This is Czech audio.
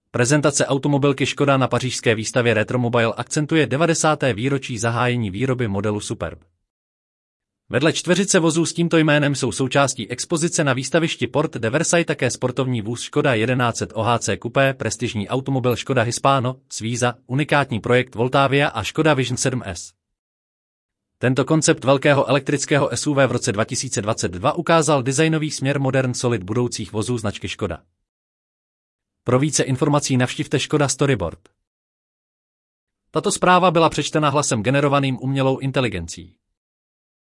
Prezentace automobilky Škoda na pařížské výstavě Retromobile akcentuje 90. výročí zahájení výroby modelu Superb. Vedle čtveřice vozů s tímto jménem jsou součástí expozice na výstavišti Porte de Versailles také sportovní vůz Škoda 1100 OHC Coupé, prestižní automobil Škoda Hispano, Svíza, unikátní projekt Voltavia a Škoda Vision 7S. Tento koncept velkého elektrického SUV v roce 2022 ukázal designový směr Modern Solid budoucích vozů značky Škoda. Pro více informací navštivte Škoda Storyboard. Tato zpráva byla přečtena hlasem generovaným umělou inteligencí.